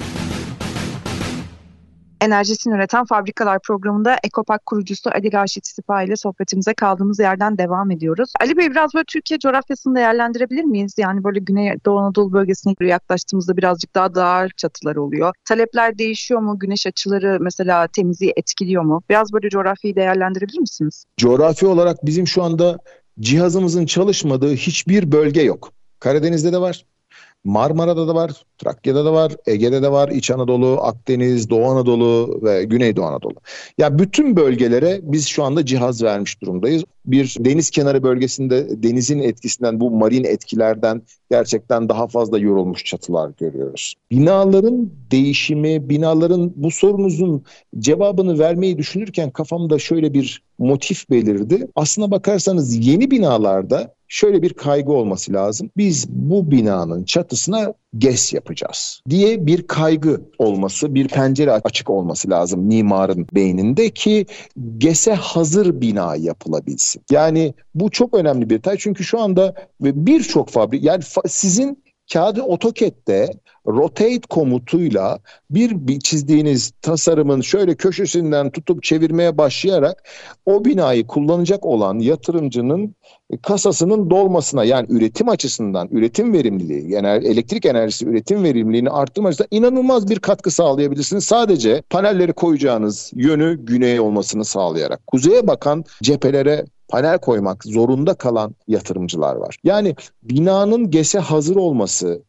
Enerjisini üreten fabrikalar programında Ekopak kurucusu Ali Raşit Sipahi ile sohbetimize kaldığımız yerden devam ediyoruz. Ali Bey, biraz böyle Türkiye coğrafyasını değerlendirebilir miyiz? Yani böyle Güneydoğu Anadolu bölgesine yaklaştığımızda birazcık daha dar çatılar oluyor. Talepler değişiyor mu? Güneş açıları mesela temizliği etkiliyor mu? Biraz böyle coğrafyayı değerlendirebilir misiniz? Coğrafi olarak bizim şu anda cihazımızın çalışmadığı hiçbir bölge yok. Karadeniz'de de var. Marmara'da da var, Trakya'da da var, Ege'de de var, İç Anadolu, Akdeniz, Doğu Anadolu ve Güneydoğu Anadolu. Ya bütün bölgelere biz şu anda cihaz vermiş durumdayız. Bir deniz kenarı bölgesinde denizin etkisinden, bu marin etkilerden gerçekten daha fazla yorulmuş çatılar görüyoruz. Binaların değişimi, binaların bu sorunuzun cevabını vermeyi düşünürken kafamda şöyle bir motif belirdi. Aslına bakarsanız yeni binalarda şöyle bir kaygı olması lazım. Biz bu binanın çatısına GES yapacağız diye bir kaygı olması, bir pencere açık olması lazım mimarın beyninde ki GES'e hazır bina yapılabilsin. Yani bu çok önemli bir detay çünkü şu anda birçok fabrika, yani sizin kağıdı AutoCAD'de rotate komutuyla bir çizdiğiniz tasarımın şöyle köşesinden tutup çevirmeye başlayarak o binayı kullanacak olan yatırımcının kasasının dolmasına, yani üretim açısından, üretim verimliliği, yani elektrik enerjisi üretim verimliliğini arttırma açısından inanılmaz bir katkı sağlayabilirsiniz. Sadece panelleri koyacağınız yönü güney olmasını sağlayarak. Kuzeye bakan cephelere panel koymak zorunda kalan yatırımcılar var. Yani binanın GES'e hazır olması,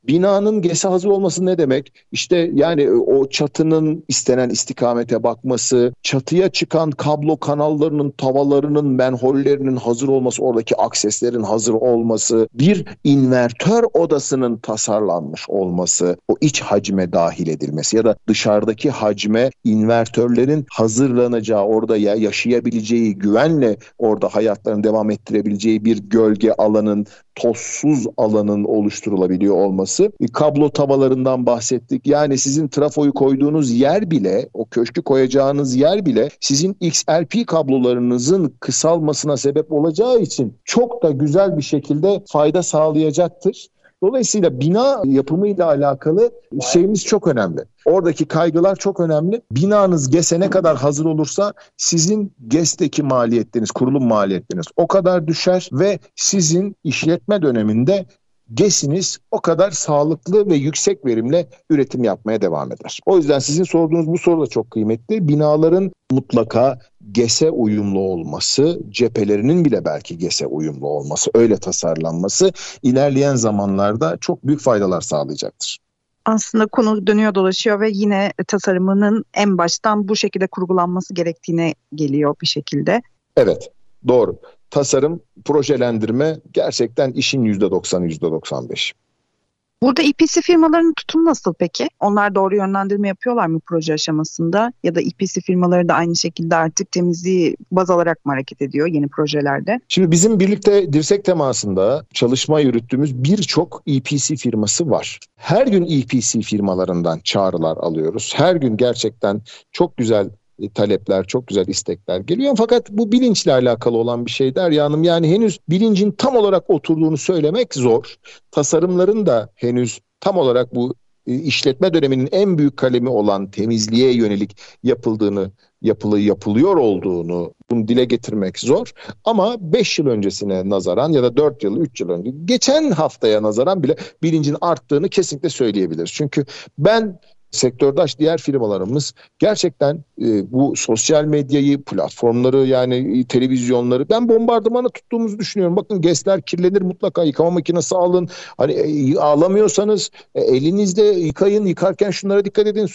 ne demek? İşte yani o çatının istenen istikamete bakması, çatıya çıkan kablo kanallarının, tavalarının, menhollerinin hazır olması, oradaki akseslerin hazır olması, bir invertör odasının tasarlanmış olması, o iç hacme dahil edilmesi ya da dışarıdaki hacme invertörlerin hazırlanacağı, orada yaşayabileceği, güvenle orada hayatlarını devam ettirebileceği bir gölge alanın, tozsuz alanın oluşturulabiliyor olması. Kablo tavalarından bahsettik. Yani sizin trafoyu koyduğunuz yer bile, o köşkü koyacağınız yer bile sizin XLP kablolarınızın kısalmasına sebep olacağı için çok da güzel bir şekilde fayda sağlayacaktır. Dolayısıyla bina yapımıyla alakalı şeyimiz çok önemli. Oradaki kaygılar çok önemli. Binanız GES'e ne kadar hazır olursa sizin GES'teki maliyetleriniz, kurulum maliyetleriniz o kadar düşer ve sizin işletme döneminde GES'iniz o kadar sağlıklı ve yüksek verimle üretim yapmaya devam eder. O yüzden sizin sorduğunuz bu soru da çok kıymetli. Binaların mutlaka GES'e uyumlu olması, cephelerinin bile belki GES'e uyumlu olması, öyle tasarlanması ilerleyen zamanlarda çok büyük faydalar sağlayacaktır. Aslında konu dönüyor dolaşıyor ve yine tasarımının en baştan bu şekilde kurgulanması gerektiğine geliyor bir şekilde. Evet, doğru. Tasarım, projelendirme gerçekten işin %90'ı, %95. Burada EPC firmalarının tutumu nasıl peki? Onlar doğru yönlendirme yapıyorlar mı proje aşamasında? Ya da EPC firmaları da aynı şekilde artık temizliği baz alarak mı hareket ediyor yeni projelerde? Şimdi bizim birlikte dirsek temasında çalışma yürüttüğümüz birçok EPC firması var. Her gün EPC firmalarından çağrılar alıyoruz. Her gün gerçekten çok güzel talepler, çok güzel istekler geliyor. Fakat bu bilinçle alakalı olan bir şey Derya Hanım. Yani henüz bilincin tam olarak oturduğunu söylemek zor. Tasarımların da henüz tam olarak bu işletme döneminin en büyük kalemi olan temizliğe yönelik yapılıyor olduğunu bunu dile getirmek zor. Ama 5 yıl öncesine nazaran ya da 4 yıl, 3 yıl önce, geçen haftaya nazaran bile bilincin arttığını kesinlikle söyleyebiliriz. Çünkü sektördaş diğer firmalarımız gerçekten bu sosyal medyayı, platformları, yani televizyonları ben bombardımana tuttuğumuzu düşünüyorum. Bakın GES'ler kirlenir, mutlaka yıkama makinesi alın. Hani ağlamıyorsanız elinizde yıkayın, yıkarken şunlara dikkat edin.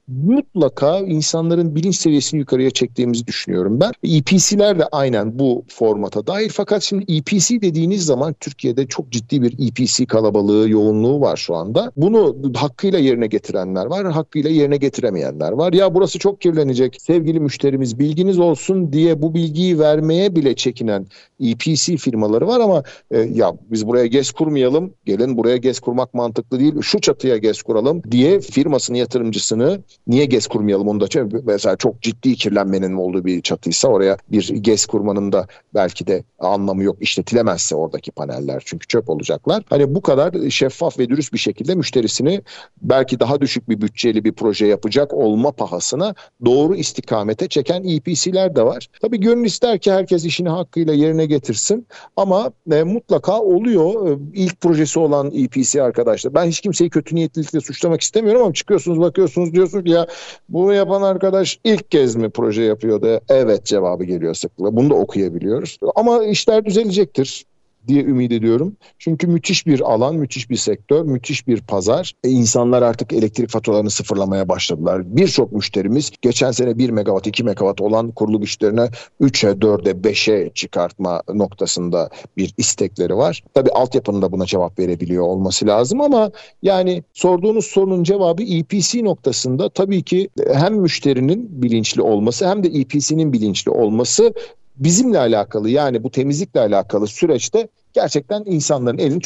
Mutlaka insanların bilinç seviyesini yukarıya çektiğimizi düşünüyorum ben. EPC'ler de aynen bu formata dahil. Fakat şimdi EPC dediğiniz zaman Türkiye'de çok ciddi bir EPC kalabalığı, yoğunluğu var şu anda. Bunu hakkıyla yerine getirenler var, hakkıyla yerine getiremeyenler var. Ya burası çok kirlenecek, sevgili müşterimiz bilginiz olsun diye bu bilgiyi vermeye bile çekinen EPC firmaları var ama ya biz buraya GES kurmayalım, gelin buraya GES kurmak mantıklı değil, şu çatıya GES kuralım diye firmasının yatırımcısını niye GES kurmayalım onu da mesela çok ciddi kirlenmenin olduğu bir çatıysa oraya bir GES kurmanın da belki de anlamı yok, işletilemezse oradaki paneller çünkü çöp olacaklar. Hani bu kadar şeffaf ve dürüst bir şekilde müşterisini belki daha düşük bir bütçeli bir proje yapacak olma pahasına doğru istikamete çeken EPC'ler de var. Tabii gönül ister ki herkes işini hakkıyla yerine getirsin ama mutlaka oluyor. İlk projesi olan EPC arkadaşlar. Ben hiç kimseyi kötü niyetlilikle suçlamak istemiyorum ama çıkıyorsunuz, bakıyorsunuz, diyorsunuz ki ya bunu yapan arkadaş ilk kez mi proje yapıyordu? Evet cevabı geliyor sıklıkla. Bunu da okuyabiliyoruz. Ama işler düzelecektir diye ümit ediyorum. Çünkü müthiş bir alan, müthiş bir sektör, müthiş bir pazar. İnsanlar artık elektrik faturalarını sıfırlamaya başladılar. Birçok müşterimiz geçen sene 1 megawatt, 2 megawatt olan kurulu güçlerine 3'e, 4'e, 5'e çıkartma noktasında bir istekleri var. Tabii altyapının da buna cevap verebiliyor olması lazım ama yani sorduğunuz sorunun cevabı EPC noktasında tabii ki hem müşterinin bilinçli olması hem de EPC'nin bilinçli olması bizimle alakalı, yani bu temizlikle alakalı süreçte gerçekten insanların elini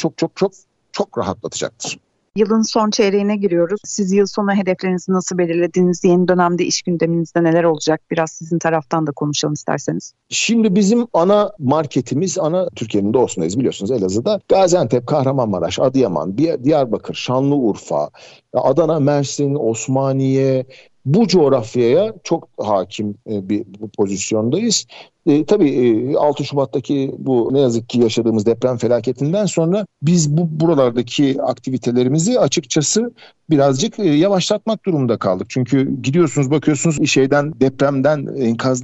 çok rahatlatacaktır. Yılın son çeyreğine giriyoruz. Siz yıl sonu hedeflerinizi nasıl belirlediniz? Yeni dönemde iş gündeminizde neler olacak? Biraz sizin taraftan da konuşalım isterseniz. Şimdi bizim ana marketimiz, Türkiye'nin doğusundayız biliyorsunuz, Elazığ'da. Gaziantep, Kahramanmaraş, Adıyaman, Diyarbakır, Şanlıurfa, Adana, Mersin, Osmaniye, bu coğrafyaya çok hakim bir pozisyondayız. Tabii 6 Şubat'taki bu ne yazık ki yaşadığımız deprem felaketinden sonra biz buralardaki aktivitelerimizi açıkçası birazcık yavaşlatmak durumunda kaldık. Çünkü gidiyorsunuz, bakıyorsunuz depremden, enkazdan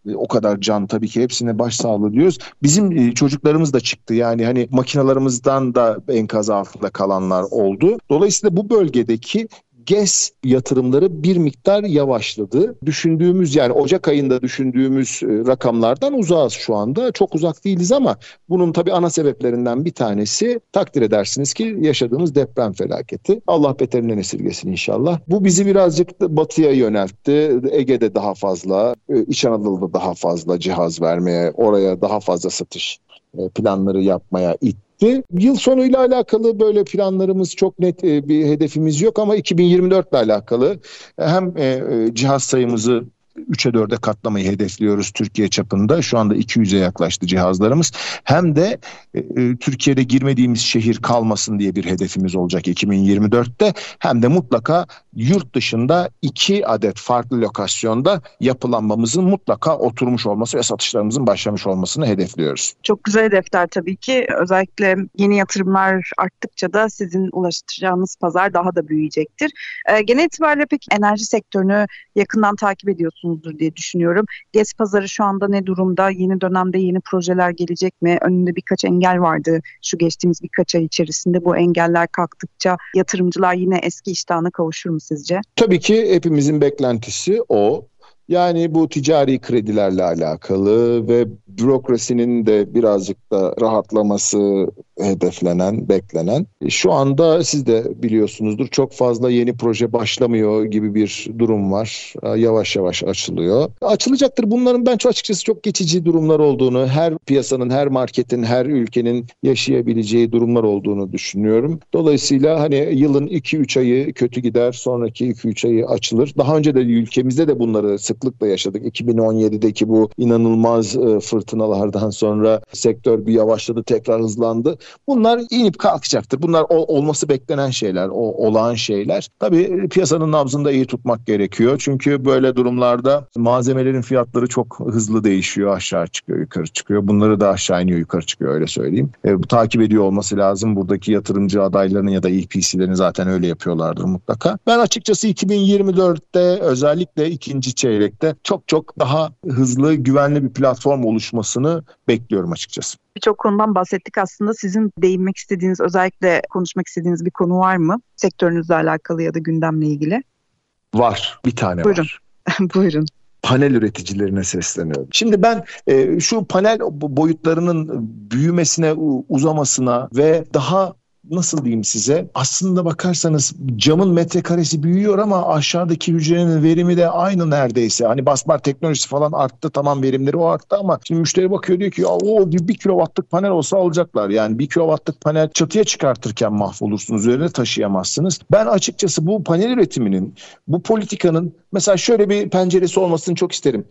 o kadar can, tabii ki hepsine başsağlığı diyoruz. Bizim çocuklarımız da çıktı. Yani hani makinalarımızdan da enkaz altında kalanlar oldu. Dolayısıyla bu bölgedeki GES yatırımları bir miktar yavaşladı. Düşündüğümüz, yani Ocak ayında düşündüğümüz rakamlardan uzağız şu anda. Çok uzak değiliz ama bunun tabii ana sebeplerinden bir tanesi, takdir edersiniz ki, yaşadığımız deprem felaketi. Allah beterinden esirgesin inşallah. Bu bizi birazcık batıya yöneltti. Ege'de daha fazla, İç Anadolu'da daha fazla cihaz vermeye, oraya daha fazla satış planları yapmaya itti. Yıl sonuyla alakalı böyle planlarımız, çok net bir hedefimiz yok ama 2024 ile alakalı hem cihaz sayımızı 3'e 4'e katlamayı hedefliyoruz Türkiye çapında. Şu anda 200'e yaklaştı cihazlarımız. Hem de Türkiye'de girmediğimiz şehir kalmasın diye bir hedefimiz olacak 2024'te. Hem de mutlaka yurt dışında 2 adet farklı lokasyonda yapılanmamızın mutlaka oturmuş olması ve satışlarımızın başlamış olmasını hedefliyoruz. Çok güzel hedefler tabii ki. Özellikle yeni yatırımlar arttıkça da sizin ulaşacağınız pazar daha da büyüyecektir. Genel itibariyle peki enerji sektörünü yakından takip ediyorsunuzdur diye düşünüyorum. GES pazarı şu anda ne durumda? Yeni dönemde yeni projeler gelecek mi? Önünde birkaç engel vardı şu geçtiğimiz birkaç ay içerisinde. Bu engeller kalktıkça yatırımcılar yine eski iştahına kavuşur mu sizce? Tabii ki hepimizin beklentisi o. Yani bu ticari kredilerle alakalı ve bürokrasinin de birazcık da rahatlaması hedeflenen, beklenen. Şu anda siz de biliyorsunuzdur, çok fazla yeni proje başlamıyor gibi bir durum var. Yavaş yavaş açılıyor. Açılacaktır. Bunların ben açıkçası çok geçici durumlar olduğunu, her piyasanın, her marketin, her ülkenin yaşayabileceği durumlar olduğunu düşünüyorum. Dolayısıyla hani yılın 2-3 ayı kötü gider, sonraki 2-3 ayı açılır. Daha önce de ülkemizde de bunları sıklıkla yaşadık. 2017'deki bu inanılmaz fırtınalardan sonra sektör bir yavaşladı, tekrar hızlandı. Bunlar inip kalkacaktır. Bunlar olması beklenen şeyler, olağan şeyler. Tabii piyasanın nabzını da iyi tutmak gerekiyor. Çünkü böyle durumlarda malzemelerin fiyatları çok hızlı değişiyor. Aşağı çıkıyor, yukarı çıkıyor. Bunları da aşağı iniyor, yukarı çıkıyor, öyle söyleyeyim. Bu takip ediyor olması lazım. Buradaki yatırımcı adaylarının ya da EPC'lerin zaten öyle yapıyorlardır mutlaka. Ben açıkçası 2024'te özellikle ikinci çeyrekte çok daha hızlı, güvenli bir platform oluşmasını bekliyorum açıkçası. Birçok konudan bahsettik aslında. Sizin değinmek istediğiniz, özellikle konuşmak istediğiniz bir konu var mı? Sektörünüzle alakalı ya da gündemle ilgili. Var. Bir tane Buyurun. var. Buyurun. Panel üreticilerine sesleniyorum. Şimdi ben şu panel boyutlarının büyümesine, uzamasına ve daha, nasıl diyeyim size, aslında bakarsanız camın metrekaresi büyüyor ama aşağıdaki hücrenin verimi de aynı neredeyse. Hani basbar teknolojisi falan arttı, tamam, verimleri o arttı ama şimdi müşteri bakıyor, diyor ki o 1 kilowattlık panel olsa alacaklar. Yani 1 kilowattlık panel çatıya çıkartırken mahvolursunuz, üzerine taşıyamazsınız. Ben açıkçası bu panel üretiminin, bu politikanın mesela şöyle bir penceresi olmasını çok isterim.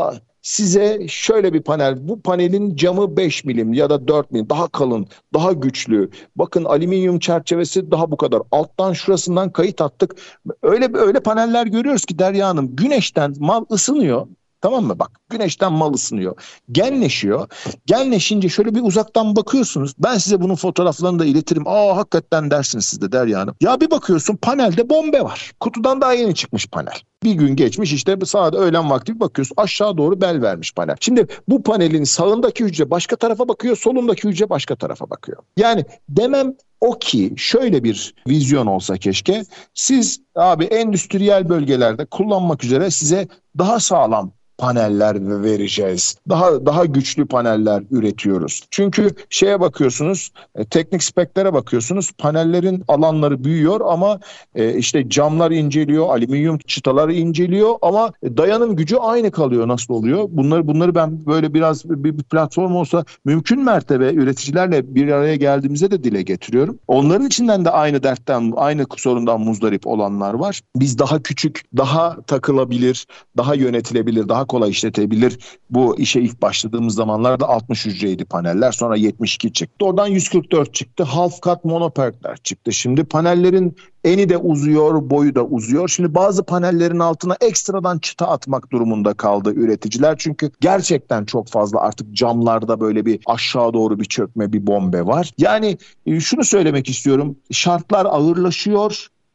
Size şöyle bir panel, bu panelin camı 5 milim ya da 4 milim, daha kalın, daha güçlü. Bakın alüminyum çerçevesi daha bu kadar. Alttan şurasından kayıt attık. Öyle paneller görüyoruz ki Derya Hanım, güneşten mal ısınıyor. Tamam mı? Bak, güneşten mal ısınıyor. Genleşiyor. Genleşince şöyle bir uzaktan bakıyorsunuz. Ben size bunun fotoğraflarını da iletirim. Hakikaten dersiniz siz de Derya Hanım. Ya bir bakıyorsun, panelde bombe var. Kutudan daha yeni çıkmış panel. Bir gün geçmiş, işte sağda öğlen vakti bir bakıyorsun, aşağı doğru bel vermiş panel. Şimdi bu panelin sağındaki hücre başka tarafa bakıyor, solundaki hücre başka tarafa bakıyor. Yani demem o ki, şöyle bir vizyon olsa keşke. Siz abi endüstriyel bölgelerde kullanmak üzere size daha sağlam paneller vereceğiz. Daha güçlü paneller üretiyoruz. Çünkü şeye bakıyorsunuz, teknik speklere bakıyorsunuz, panellerin alanları büyüyor ama işte camlar inceliyor, alüminyum çıtaları inceliyor ama dayanım gücü aynı kalıyor. Nasıl oluyor? Bunları ben böyle biraz bir platform olsa, mümkün mertebe üreticilerle bir araya geldiğimizde de dile getiriyorum. Onların içinden de aynı dertten, aynı sorundan muzdarip olanlar var. Biz daha küçük, daha takılabilir, daha yönetilebilir, daha kolay işletebilir. Bu işe ilk başladığımız zamanlarda 60 hücreydi paneller. Sonra 72 çıktı. Oradan 144 çıktı. Half cut monopertler çıktı. Şimdi panellerin eni de uzuyor, boyu da uzuyor. Şimdi bazı panellerin altına ekstradan çıta atmak durumunda kaldı üreticiler. Çünkü gerçekten çok fazla artık camlarda böyle bir aşağı doğru bir çökme, bir bombe var. Yani şunu söylemek istiyorum. Şartlar ağırlaşıyor.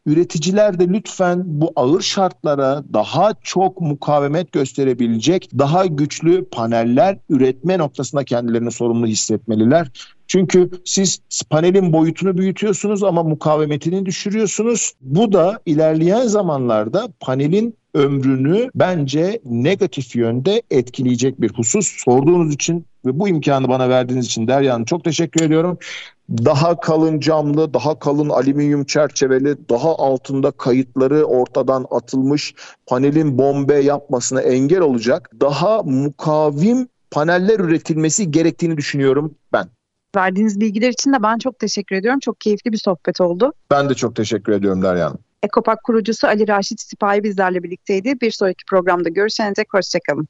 Üreticiler de lütfen bu ağır şartlara daha çok mukavemet gösterebilecek, daha güçlü paneller üretme noktasında kendilerini sorumlu hissetmeliler. Çünkü siz panelin boyutunu büyütüyorsunuz ama mukavemetini düşürüyorsunuz. Bu da ilerleyen zamanlarda panelin ömrünü bence negatif yönde etkileyecek bir husus. Sorduğunuz için ve bu imkanı bana verdiğiniz için Derya Hanım çok teşekkür ediyorum. Daha kalın camlı, daha kalın alüminyum çerçeveli, daha altında kayıtları ortadan atılmış panelin bombe yapmasına engel olacak daha mukavim paneller üretilmesi gerektiğini düşünüyorum ben. Verdiğiniz bilgiler için de ben çok teşekkür ediyorum. Çok keyifli bir sohbet oldu. Ben de çok teşekkür ediyorum Derya Hanım. Ekopak kurucusu Ali Raşit Sipahi bizlerle birlikteydi. Bir sonraki programda görüşene dek hoşçakalın.